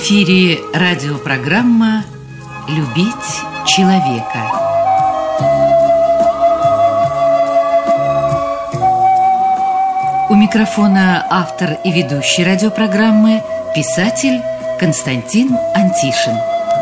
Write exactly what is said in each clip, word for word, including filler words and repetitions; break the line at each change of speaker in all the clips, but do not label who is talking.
эфире радиопрограмма «Любить человека». У микрофона автор и ведущий радиопрограммы, писатель Константин Антишин.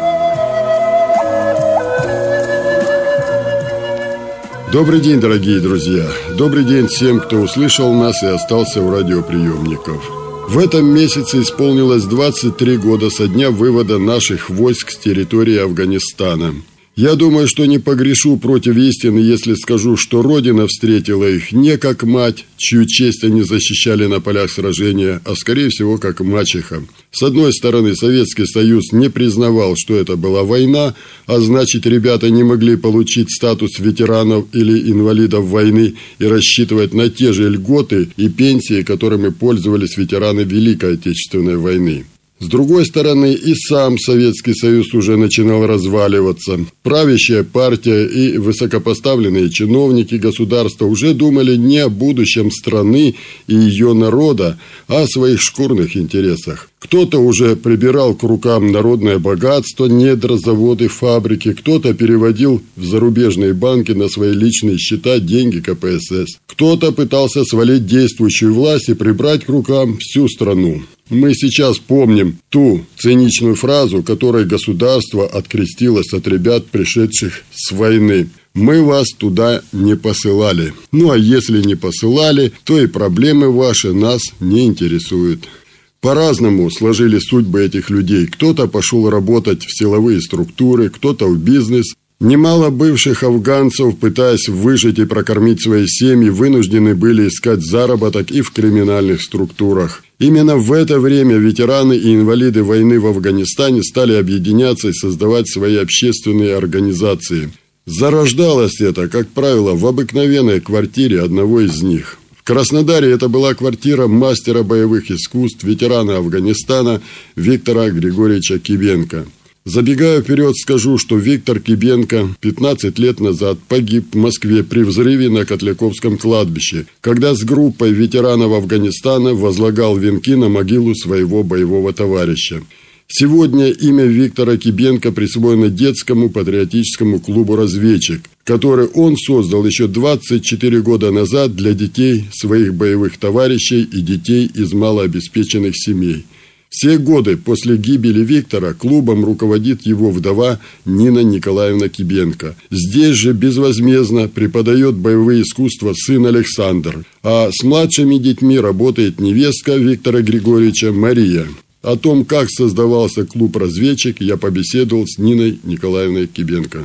Добрый день, дорогие друзья! Добрый день всем, кто услышал нас и остался у радиоприемников. В этом месяце исполнилось двадцать три года со дня вывода наших войск с территории Афганистана. Я думаю, что не погрешу против истины, если скажу, что Родина встретила их не как мать, чью честь они защищали на полях сражения, а скорее всего как мачеха. С одной стороны, Советский Союз не признавал, что это была война, а значит, ребята не могли получить статус ветеранов или инвалидов войны и рассчитывать на те же льготы и пенсии, которыми пользовались ветераны Великой Отечественной войны. С другой стороны, и сам Советский Союз уже начинал разваливаться. Правящая партия и высокопоставленные чиновники государства уже думали не о будущем страны и ее народа, а о своих шкурных интересах. Кто-то уже прибирал к рукам народное богатство, недра, заводы, фабрики, кто-то переводил в зарубежные банки на свои личные счета деньги ка пэ эс эс. Кто-то пытался свалить действующую власть и прибрать к рукам всю страну. Мы сейчас помним ту циничную фразу, которой государство открестилось от ребят, пришедших с войны. Мы вас туда не посылали. Ну а если не посылали, то и проблемы ваши нас не интересуют. По-разному сложились судьбы этих людей. Кто-то пошел работать в силовые структуры, кто-то в бизнес. Немало бывших афганцев, пытаясь выжить и прокормить свои семьи, вынуждены были искать заработок и в криминальных структурах. Именно в это время ветераны и инвалиды войны в Афганистане стали объединяться и создавать свои общественные организации. Зарождалось это, как правило, в обыкновенной квартире одного из них. В Краснодаре это была квартира мастера боевых искусств, ветерана Афганистана Виктора Григорьевича Кибенко. Забегая вперед, скажу, что Виктор Кибенко пятнадцать лет назад погиб в Москве при взрыве на Котляковском кладбище, когда с группой ветеранов Афганистана возлагал венки на могилу своего боевого товарища. Сегодня имя Виктора Кибенко присвоено детскому патриотическому клубу «Разведчик», который он создал еще двадцать четыре года назад для детей своих боевых товарищей и детей из малообеспеченных семей. Все годы после гибели Виктора клубом руководит его вдова Нина Николаевна Кибенко. Здесь же безвозмездно преподает боевые искусства сын Александр, а с младшими детьми работает невестка Виктора Григорьевича Мария. О том, как создавался клуб «Разведчик», я побеседовал с Ниной Николаевной Кибенко.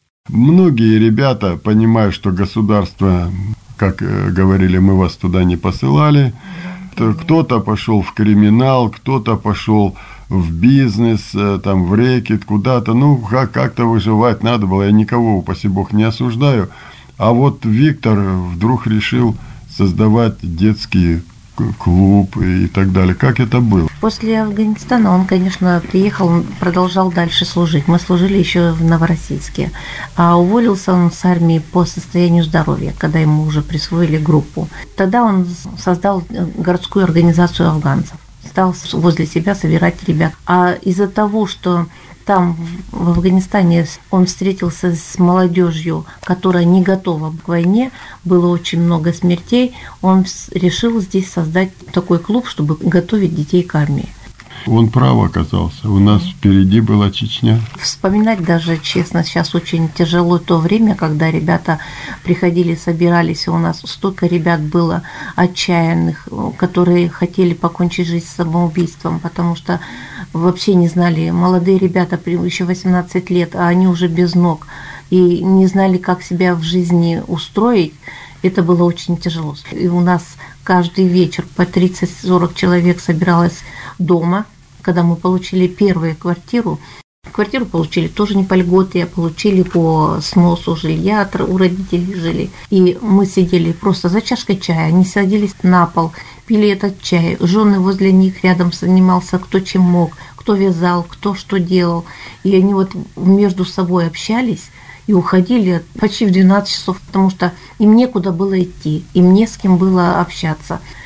Многие ребята, понимая, что государство, как говорили, мы вас туда не посылали, кто-то пошел в криминал, кто-то пошел в бизнес, там, в рэкет, куда-то. Ну, как- как-то выживать надо было. Я никого, упаси бог, не осуждаю. А вот Виктор вдруг решил создавать детский клуб и так далее. Как это было?
После Афганистана он, конечно, приехал, продолжал дальше служить. Мы служили еще в Новороссийске. А уволился он с армии по состоянию здоровья, когда ему уже присвоили группу. Тогда он создал городскую организацию афганцев. Стал возле себя собирать ребят. А из-за того, что там, в Афганистане, он встретился с молодежью, которая не готова к войне, было очень много смертей, он решил здесь создать такой клуб, чтобы готовить детей к армии. Он прав оказался. У нас впереди была Чечня. Вспоминать даже, честно, сейчас очень тяжело то время, когда ребята приходили, собирались. У нас столько ребят было отчаянных, которые хотели покончить жизнь самоубийством, потому что вообще не знали. Молодые ребята, еще восемнадцать лет, а они уже без ног. И не знали, как себя в жизни устроить. Это было очень тяжело. И у нас каждый вечер по тридцать-сорок человек собиралось дома, когда мы получили первую квартиру. Квартиру получили тоже не по льготе, а получили по сносу жилья, у родителей жили. И мы сидели просто за чашкой чая, они садились на пол, пили этот чай. Жены возле них рядом занимался кто чем мог, кто вязал, кто что делал. И они вот между собой общались. И уходили почти в двенадцать часов, потому что им некуда было идти, им не с кем было общаться.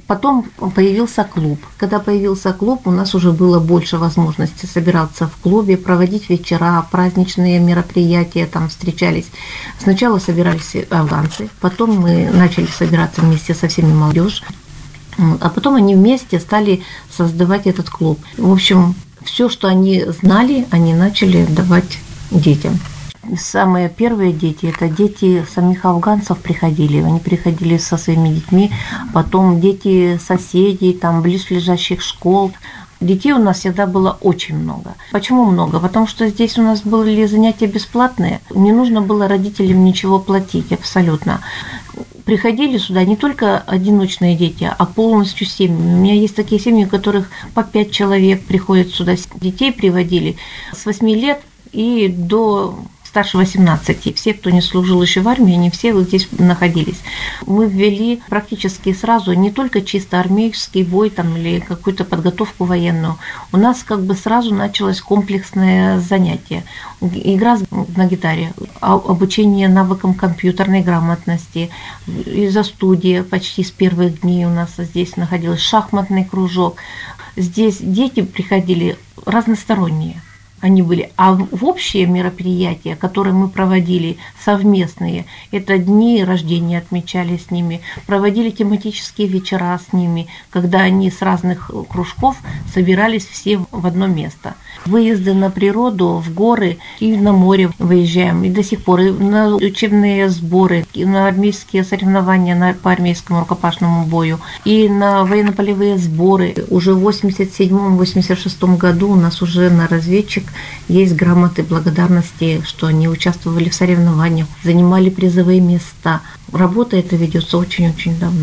Потом появился клуб. Когда появился клуб, у нас уже было больше возможностей собираться в клубе, проводить вечера, праздничные мероприятия, там встречались. Сначала собирались афганцы, потом мы начали собираться вместе со всеми молодежь, а потом они вместе стали создавать этот клуб. В общем, все, что они знали, они начали давать детям. Самые первые дети, это дети самих афганцев приходили, они приходили со своими детьми, потом дети соседей, там, близлежащих школ. Детей у нас всегда было очень много. Почему много? Потому что здесь у нас были занятия бесплатные, не нужно было родителям ничего платить абсолютно. Приходили сюда не только одиночные дети, а полностью семьи. У меня есть такие семьи, у которых по пять человек приходят сюда. Детей приводили с восьми лет и до старше восемнадцати. Все, кто не служил еще в армии, они все вот здесь находились. Мы ввели практически сразу не только чисто армейский бой там, или какую-то подготовку военную. У нас как бы сразу началось комплексное занятие. Игра на гитаре, обучение навыкам компьютерной грамотности. Из-за студии почти с первых дней у нас здесь находился шахматный кружок. Здесь дети приходили разносторонние. Они были. А в общие мероприятия, которые мы проводили, совместные, это дни рождения отмечали с ними, проводили тематические вечера с ними, когда они с разных кружков собирались все в одно место. Выезды на природу, в горы и на море выезжаем. И до сих пор и на учебные сборы, и на армейские соревнования на, по армейскому рукопашному бою, и на военно-полевые сборы. Уже в восемьдесят седьмом — восемьдесят шестом году у нас уже на разведчик есть грамоты благодарности, что они участвовали в соревнованиях, занимали призовые места. Работа эта ведется очень-очень давно.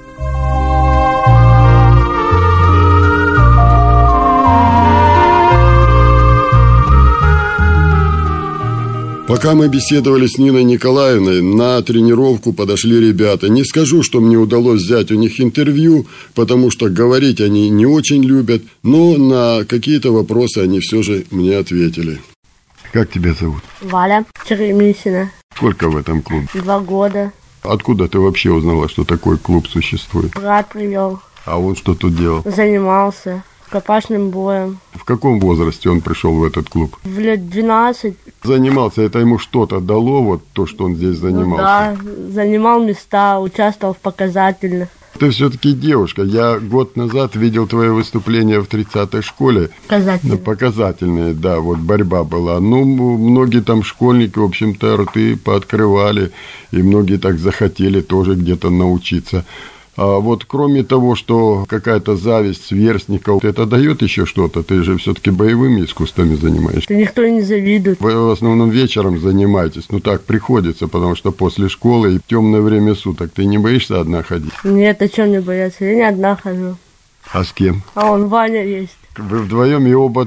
Пока мы беседовали с Ниной Николаевной, на тренировку подошли ребята. Не скажу, что мне удалось взять у них интервью, потому что говорить они не очень любят, но на какие-то вопросы они все же мне ответили. Как тебя зовут?
Валя Черемисина.
Сколько в этом клубе?
Два года.
Откуда ты вообще узнала, что такой клуб существует?
Брат привел.
А он что тут делал?
Занимался рукопашным боем.
В каком возрасте он пришел в этот клуб?
В лет двенадцать.
Занимался, это ему что-то дало, вот то, что он здесь занимался?
Ну, да, занимал места, участвовал в показательных.
Ты все-таки девушка. Я год назад видел твое выступление в тридцатой школе.
Показательные.
Показательные, да, вот борьба была. Ну, многие там школьники, в общем-то, рты пооткрывали, и многие так захотели тоже где-то научиться. А вот кроме того, что какая-то зависть сверстников, это дает еще что-то? Ты же все-таки боевыми искусствами занимаешься.
Да никто не завидует.
Вы в основном вечером занимаетесь, ну так приходится, потому что после школы и темное время суток. Ты не боишься одна ходить?
Нет, а что мне бояться? Я не одна хожу.
А с кем?
А он Ваня есть.
Вы вдвоем и оба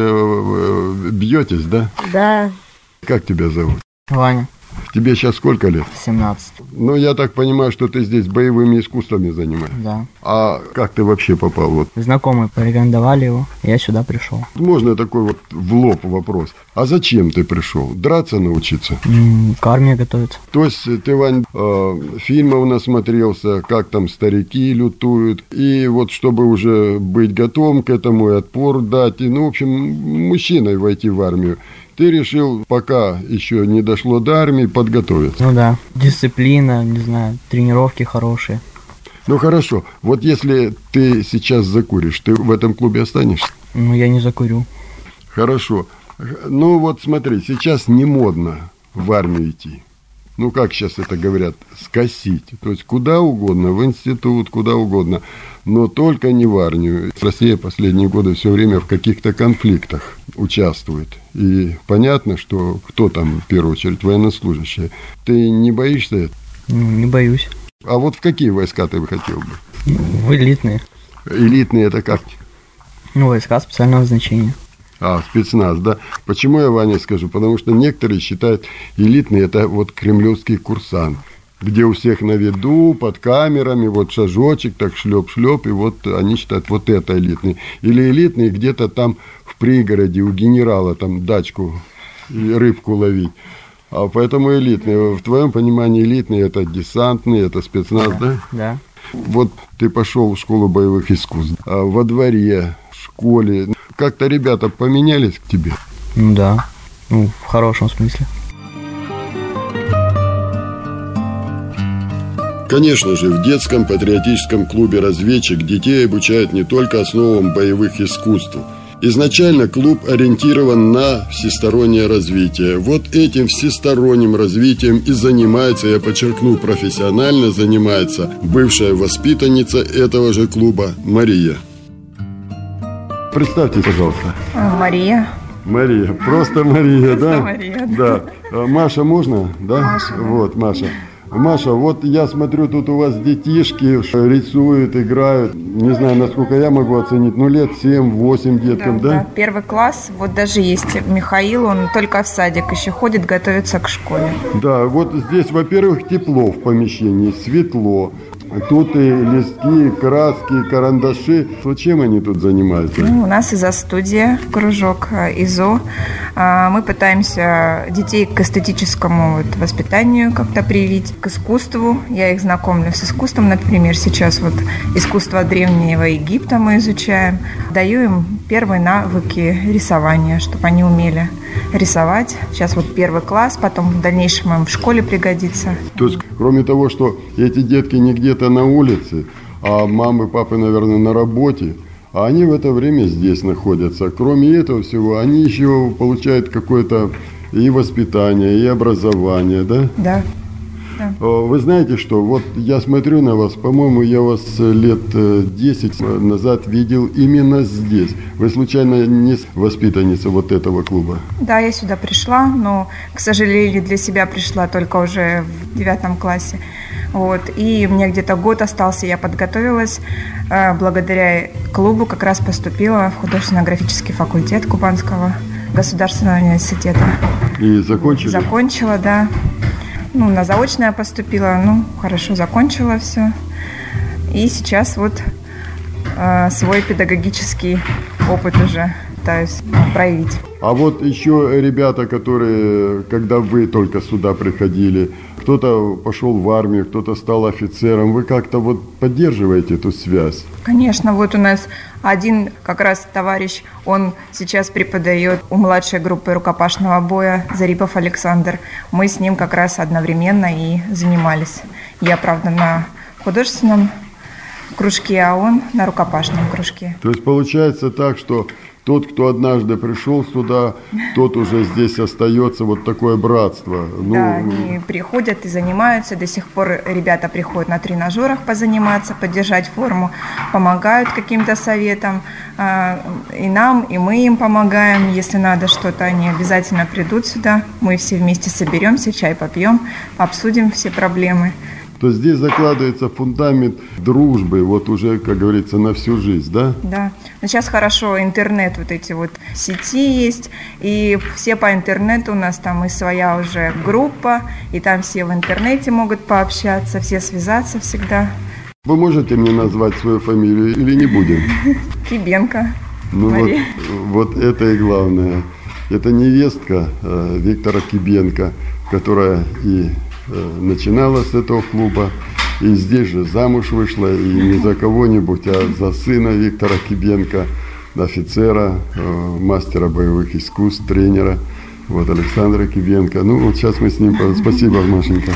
тоже бьетесь, да?
Да.
Как тебя зовут?
Ваня.
Тебе сейчас сколько лет?
семнадцать.
Ну, я так понимаю, что ты здесь боевыми искусствами занимаешься.
Да.
А как ты вообще попал? Вот?
Знакомые порекомендовали его, я сюда пришел.
Можно такой вот в лоб вопрос. А зачем ты пришел? Драться научиться?
М-м, к армии готовиться.
То есть ты, Вань, э, фильмов насмотрелся, как там старики лютуют, и вот чтобы уже быть готовым к этому и отпор дать, и, ну, в общем, мужчиной войти в армию, ты решил, пока еще не дошло до армии, подготовиться.
Ну да, дисциплина, не знаю, тренировки хорошие.
Ну хорошо, вот если ты сейчас закуришь, ты в этом клубе останешься?
Ну я не закурю.
Хорошо. Ну вот смотри, сейчас не модно в армию идти. Ну как сейчас это говорят, скосить. То есть куда угодно, в институт, куда угодно, но только не в армию. Россия последние годы все время в каких-то конфликтах участвует. И понятно, что кто там в первую очередь военнослужащие. Ты не боишься этого?
Ну, не боюсь.
А вот в какие войска ты бы хотел бы?
В элитные.
Элитные это как?
Ну, войска специального назначения.
А, спецназ, да. Почему я, Ваня, скажу? Потому что некоторые считают элитный это вот кремлевский курсант, где у всех на виду, под камерами, вот шажочек, так шлеп-шлеп, и вот они считают, вот это элитный. Или элитный где-то там в пригороде у генерала там дачку и рыбку ловить. А поэтому элитный. В твоем понимании элитный это десантный, это спецназ, да?
Да.
Вот ты пошел в школу боевых искусств, а во дворе, в школе, как-то ребята поменялись к тебе?
Ну да, ну в хорошем смысле.
Конечно же, в детском патриотическом клубе «Разведчик» детей обучают не только основам боевых искусств. Изначально клуб ориентирован на всестороннее развитие. Вот этим всесторонним развитием и занимается, я подчеркну, профессионально занимается бывшая воспитанница этого же клуба Мария. Представьте, пожалуйста.
Мария.
Мария, просто Мария,
просто
да?
Мария,
да. Да. Маша можно, да?
Маша.
Вот, Маша. Маша, вот я смотрю, тут у вас детишки рисуют, играют. Не знаю, насколько я могу оценить, ну лет семь-восемь деткам, да, да?
Да, первый класс, вот даже есть Михаил, он только в садик еще ходит, готовится к школе.
Да, вот здесь, во-первых, тепло в помещении, светло. Тут и листки, и краски, и карандаши. Вот чем они тут занимаются?
Ну, у нас изо-студия, кружок ИЗО. Мы пытаемся детей к эстетическому вот воспитанию как-то привить, к искусству. Я их знакомлю с искусством, например, сейчас вот искусство Древнего Египта мы изучаем. Даю им первые навыки рисования, чтобы они умели рисовать. Сейчас вот первый класс, потом в дальнейшем им в школе пригодится.
То есть, кроме того, что эти детки не где-то на улице, а мамы, папы, наверное, на работе, а они в это время здесь находятся. Кроме этого всего, они еще получают какое-то и воспитание, и образование, да?
Да. Да.
Вы знаете что, вот я смотрю на вас, по-моему, я вас лет десять назад видел именно здесь. Вы случайно не воспитанница вот этого клуба?
Да, я сюда пришла, но, к сожалению, для себя пришла только уже в девятом классе. Вот. И мне где-то год остался, я подготовилась. Благодаря клубу как раз поступила в художественно-графический факультет Кубанского государственного университета.
И закончили?
Закончила, да. Ну, на заочное поступила, ну, хорошо закончила все. И сейчас вот э, свой педагогический опыт уже пытаюсь проявить.
А вот еще ребята, которые, когда вы только сюда приходили, кто-то пошел в армию, кто-то стал офицером, вы как-то вот поддерживаете эту связь?
Конечно, вот у нас один как раз товарищ, он сейчас преподает у младшей группы рукопашного боя, Зарипов Александр. Мы с ним как раз одновременно и занимались. Я, правда, на художественном кружке, а он на рукопашном кружке.
То есть получается так, что тот, кто однажды пришел сюда, тот уже здесь остается, вот такое братство. Ну,
да, они приходят и занимаются. До сих пор ребята приходят на тренажерах позаниматься, поддержать форму, помогают каким-то советам. И нам, и мы им помогаем. Если надо что-то, они обязательно придут сюда. Мы все вместе соберемся, чай попьем, обсудим все проблемы.
То здесь закладывается фундамент дружбы, вот уже, как говорится, на всю жизнь, да?
Да. Но сейчас хорошо, интернет, вот эти вот сети есть, и все по интернету, у нас там и своя уже группа, и там все в интернете могут пообщаться, все связаться всегда.
Вы можете мне назвать свою фамилию или не будем?
Кибенко.
Ну вот, вот это и главное. Это невестка э, Виктора Кибенко, которая и начинала с этого клуба, и здесь же замуж вышла, и не за кого-нибудь, а за сына Виктора Кибенко, офицера, мастера боевых искусств, тренера, вот Александра Кибенко. Ну, вот сейчас мы с ним... Спасибо, Машенька.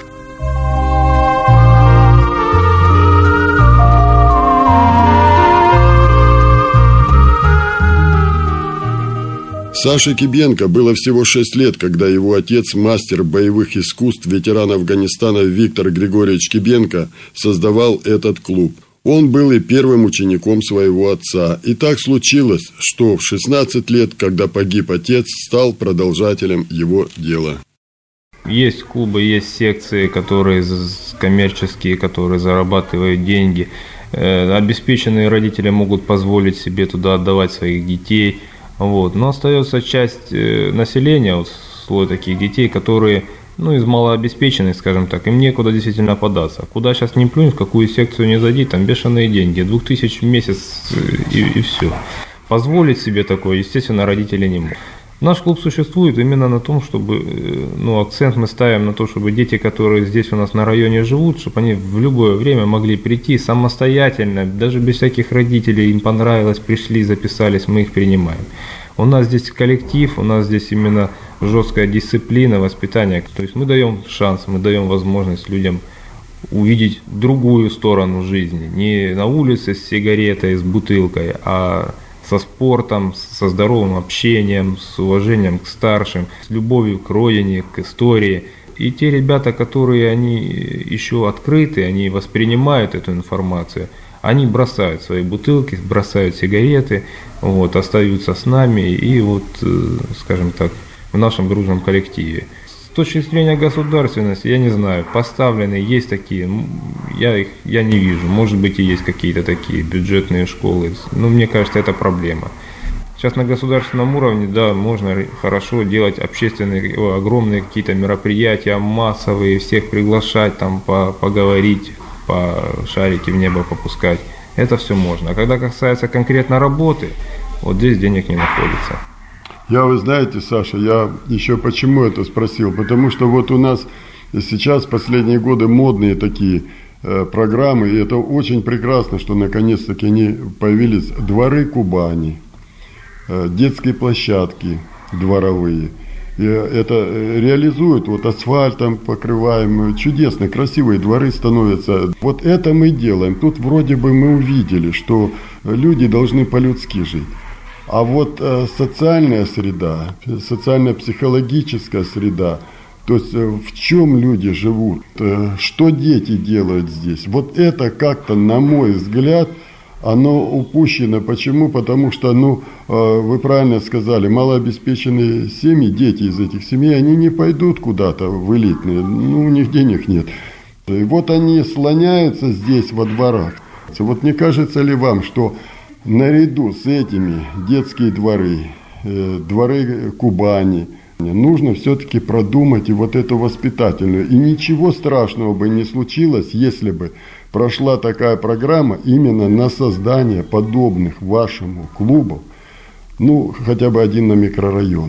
Саше Кибенко было всего шесть лет, когда его отец, мастер боевых искусств, ветеран Афганистана Виктор Григорьевич Кибенко, создавал этот клуб. Он был и первым учеником своего отца. И так случилось, что в шестнадцать лет, когда погиб отец, стал продолжателем его дела.
Есть клубы, есть секции, которые коммерческие, которые зарабатывают деньги. Обеспеченные родители могут позволить себе туда отдавать своих детей. Вот. Но остается часть населения, вот, слой таких детей, которые, ну, из малообеспеченных, скажем так, им некуда действительно податься. Куда сейчас не плюнь, в какую секцию не зайди, там бешеные деньги, двух тысяч в месяц и, и все. Позволить себе такое, естественно, родители не могут. Наш клуб существует именно на том, чтобы, ну, акцент мы ставим на то, чтобы дети, которые здесь у нас на районе живут, чтобы они в любое время могли прийти самостоятельно, даже без всяких родителей, им понравилось, пришли, записались, мы их принимаем. У нас здесь коллектив, у нас здесь именно жесткая дисциплина, воспитание, то есть мы даем шанс, мы даем возможность людям увидеть другую сторону жизни, не на улице с сигаретой, с бутылкой, а со спортом, со здоровым общением, с уважением к старшим, с любовью к родине, к истории. И те ребята, которые они еще открыты, они воспринимают эту информацию, они бросают свои бутылки, бросают сигареты, вот, остаются с нами и вот, скажем так, в нашем дружном коллективе. С точки зрения государственности, я не знаю, поставлены, есть такие, я их я не вижу, может быть и есть какие-то такие бюджетные школы, но мне кажется, это проблема. Сейчас на государственном уровне, да, можно хорошо делать общественные, огромные какие-то мероприятия, массовые, всех приглашать, там, по, поговорить, по шарики в небо попускать, это все можно. А когда касается конкретно работы, вот здесь денег не находится.
Я, вы знаете, Саша, я еще почему это спросил, потому что вот у нас сейчас в последние годы модные такие э, программы, и это очень прекрасно, что наконец-таки они появились, дворы Кубани, э, детские площадки дворовые. И это реализуют, вот асфальтом покрываем, чудесно, красивые дворы становятся. Вот это мы делаем. Тут вроде бы мы увидели, что люди должны по-людски жить. А вот э, социальная среда, социально-психологическая среда, то есть э, в чем люди живут, э, что дети делают здесь, вот это как-то, на мой взгляд, оно упущено. Почему? Потому что, ну, э, вы правильно сказали, малообеспеченные семьи, дети из этих семей, они не пойдут куда-то в элитные, ну, у них денег нет. И вот они слоняются здесь во дворах. Вот не кажется ли вам, что наряду с этими детские дворы, э, дворы Кубани, нужно все-таки продумать и вот эту воспитательную. И ничего страшного бы не случилось, если бы прошла такая программа именно на создание подобных вашему клубу, ну, хотя бы один на микрорайон.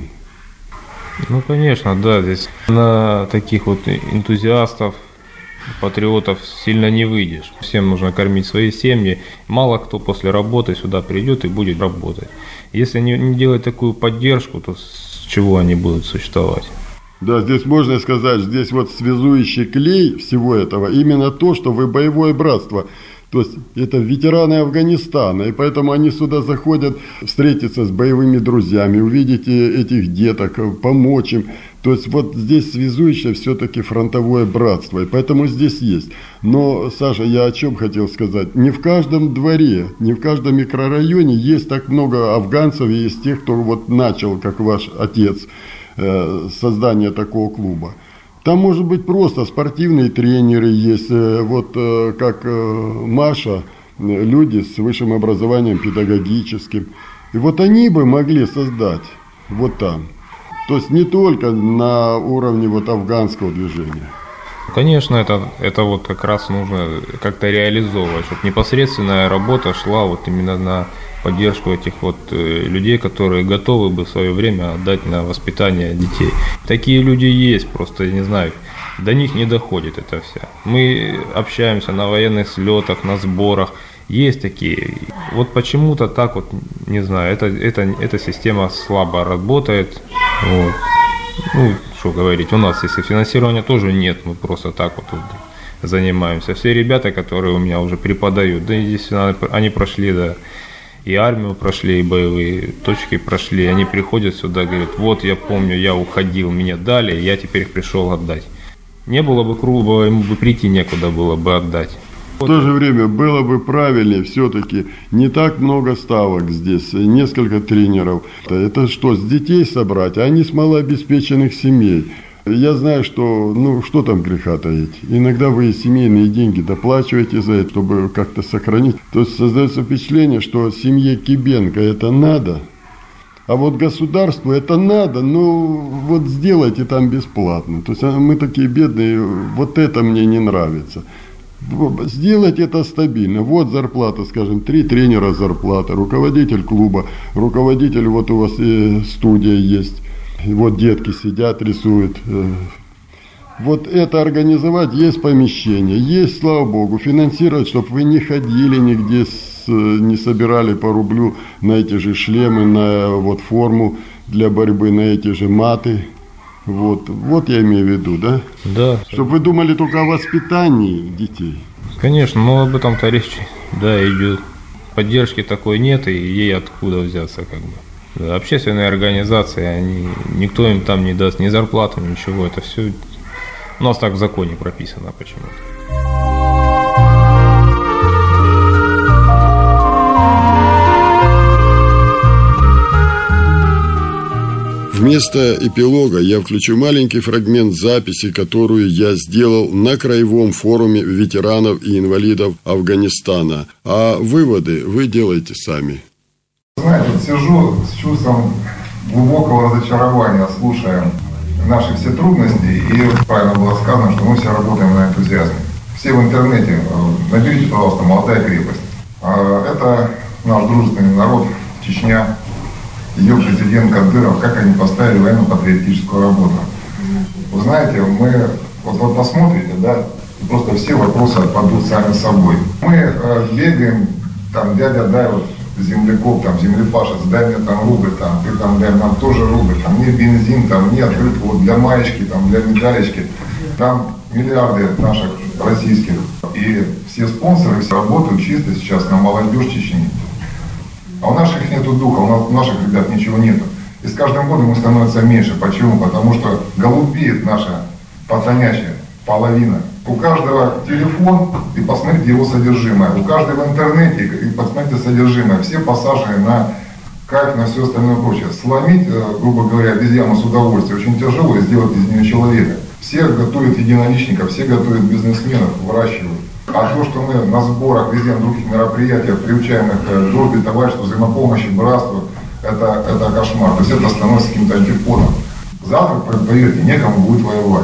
Ну, конечно, да, здесь на таких вот энтузиастов, патриотов сильно не выйдешь. Всем нужно кормить свои семьи. Мало кто после работы сюда придет и будет работать. Если не, не делать такую поддержку, то с чего они будут существовать?
Да, здесь можно сказать, здесь вот связующий клей всего этого, именно то, что вы боевое братство. То есть это ветераны Афганистана, и поэтому они сюда заходят встретиться с боевыми друзьями, увидеть этих деток, помочь им. То есть вот здесь связующее все-таки фронтовое братство, и поэтому здесь есть. Но, Саша, я о чем хотел сказать. Не в каждом дворе, не в каждом микрорайоне есть так много афганцев, и есть тех, кто вот начал, как ваш отец, создание такого клуба. Там, может быть, просто спортивные тренеры есть, вот как Маша, люди с высшим образованием педагогическим. И вот они бы могли создать вот там. То есть не только на уровне вот афганского движения.
Конечно, это, это вот как раз нужно как-то реализовывать, чтобы непосредственная работа шла вот именно на поддержку этих вот людей, которые готовы бы в свое время отдать на воспитание детей. Такие люди есть, просто, я не знаю, до них не доходит это все. Мы общаемся на военных слетах, на сборах, есть такие. Вот почему-то так вот, не знаю, это, это, эта система слабо работает. Вот. Ну, что говорить, у нас, если финансирования тоже нет, мы просто так вот, вот занимаемся. Все ребята, которые у меня уже преподают, да, естественно, они прошли, да, и армию прошли, и боевые точки прошли, они приходят сюда, говорят, вот я помню, я уходил, мне дали, я теперь пришел отдать. Не было бы клуба, ему бы прийти некуда было бы отдать.
В то же время было бы правильнее все-таки не так много ставок здесь, несколько тренеров. Это что, с детей собрать, а они с малообеспеченных семей. Я знаю, что, ну, что там греха таить. Иногда вы семейные деньги доплачиваете за это, чтобы как-то сохранить. То есть создается впечатление, что семье Кибенко это надо, а вот государству это надо, ну, вот сделайте там бесплатно. То есть мы такие бедные, вот это мне не нравится. Сделать это стабильно. Вот зарплата, скажем, три тренера зарплата, руководитель клуба, руководитель, вот у вас э, студия есть, вот детки сидят, рисуют. Э, вот это организовать, есть помещение, есть, слава богу, финансировать, чтобы вы не ходили нигде, с, не собирали по рублю на эти же шлемы, на вот форму для борьбы, на эти же маты. Вот, вот я имею в виду, да?
Да.
Чтобы вы думали только о воспитании детей.
Конечно, но об этом-то речь, да, идет. Поддержки такой нет, и ей откуда взяться, как бы. Да, общественные организации, они, никто им там не даст ни зарплату, ничего. Это все у нас так в законе прописано почему-то.
Вместо эпилога я включу маленький фрагмент записи, которую я сделал на Краевом форуме ветеранов и инвалидов Афганистана. А выводы вы делаете сами.
Знаете, сижу с чувством глубокого разочарования, слушая наши все трудности, и правильно было сказано, что мы все работаем на энтузиазме. Все в интернете, наберите, пожалуйста, «Молодая крепость». Это наш дружественный народ, Чечня. Ее президент Кадыров, как они поставили военно-патриотическую работу. Вы знаете, мы, вот вы посмотрите, да, просто все вопросы отпадут сами собой. Мы э, бегаем, там, дядя, дай вот земляков, там, землепашец, дай мне там рубль, там, ты там, дай нам тоже рубль, там, мне бензин, там, мне открытку вот для маечки, там, для медалечки. Там миллиарды наших российских. И все спонсоры все работают чисто сейчас на молодежь Чечни. А у наших нету духа, у, нас, у наших ребят ничего нету. И с каждым годом их становится меньше. Почему? Потому что голубеет наша пацанячья половина. У каждого телефон, и посмотрите его содержимое. У каждого в интернете, и посмотрите содержимое. Все посажены на кайф, на все остальное прочее. Сломить, грубо говоря, обезьяну с удовольствием очень тяжело, и сделать из нее человека. Все готовят единоличников, все готовят бизнесменов, выращивают. А то, что мы на сборах, везде на других мероприятиях приучаем их к дружбе, товариществу, взаимопомощи, братству, это, это кошмар. То есть это становится каким-то антиподом. Завтра, поверьте, некому будет воевать.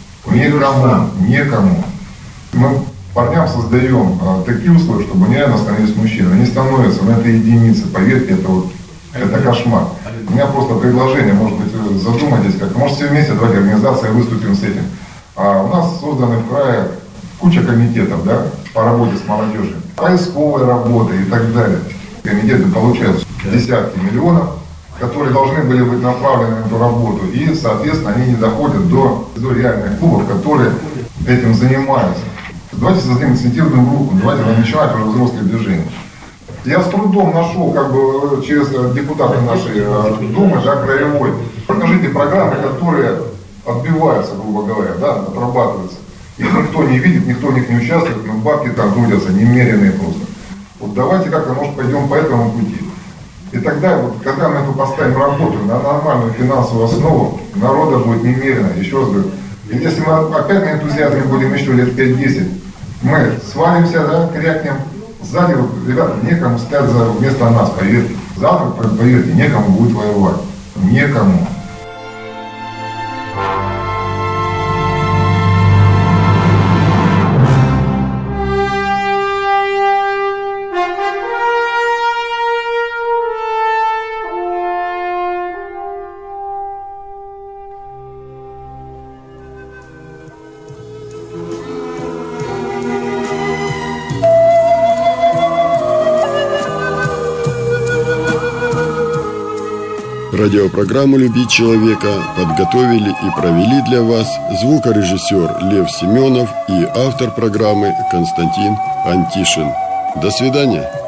Никому, некому. Мы парням создаем а, такие условия, чтобы они реально становились мужчинами. Они становятся, но это единицы. Поверьте, это, вот, это кошмар. У меня просто предложение, может быть, вы задумайтесь как-то. Может, все вместе, давайте организация выступим с этим. А у нас созданы в крае куча комитетов, да, по работе с молодежью, поисковой работы и так далее. Комитеты получают десятки миллионов, которые должны были быть направлены на эту работу, и, соответственно, они не доходят до, до реальных клубов, которые этим занимаются. Давайте создадим инициативную группу, давайте начинать уже взрослые движения. Я с трудом нашел, как бы, через депутаты нашей Думы, да, краевой, покажите программы, которые отбиваются, грубо говоря, да, отрабатываются. Их никто не видит, никто в них не участвует, но бабки там трудятся немеренные просто. Вот давайте как-то, может, пойдем по этому пути. И тогда, вот, когда мы эту поставим работу на нормальную финансовую основу, народа будет немерено. Еще раз говорю, и если мы опять на энтузиазме будем еще лет пять-десять, мы свалимся, да, крякнем, сзади, вот, ребята, некому стоять за, вместо нас, поверьте. Завтра, поверьте, некому будет воевать. Некому.
Радиопрограмму «Любить человека» подготовили и провели для вас звукорежиссер Лев Семенов и автор программы Константин Антишин. До свидания.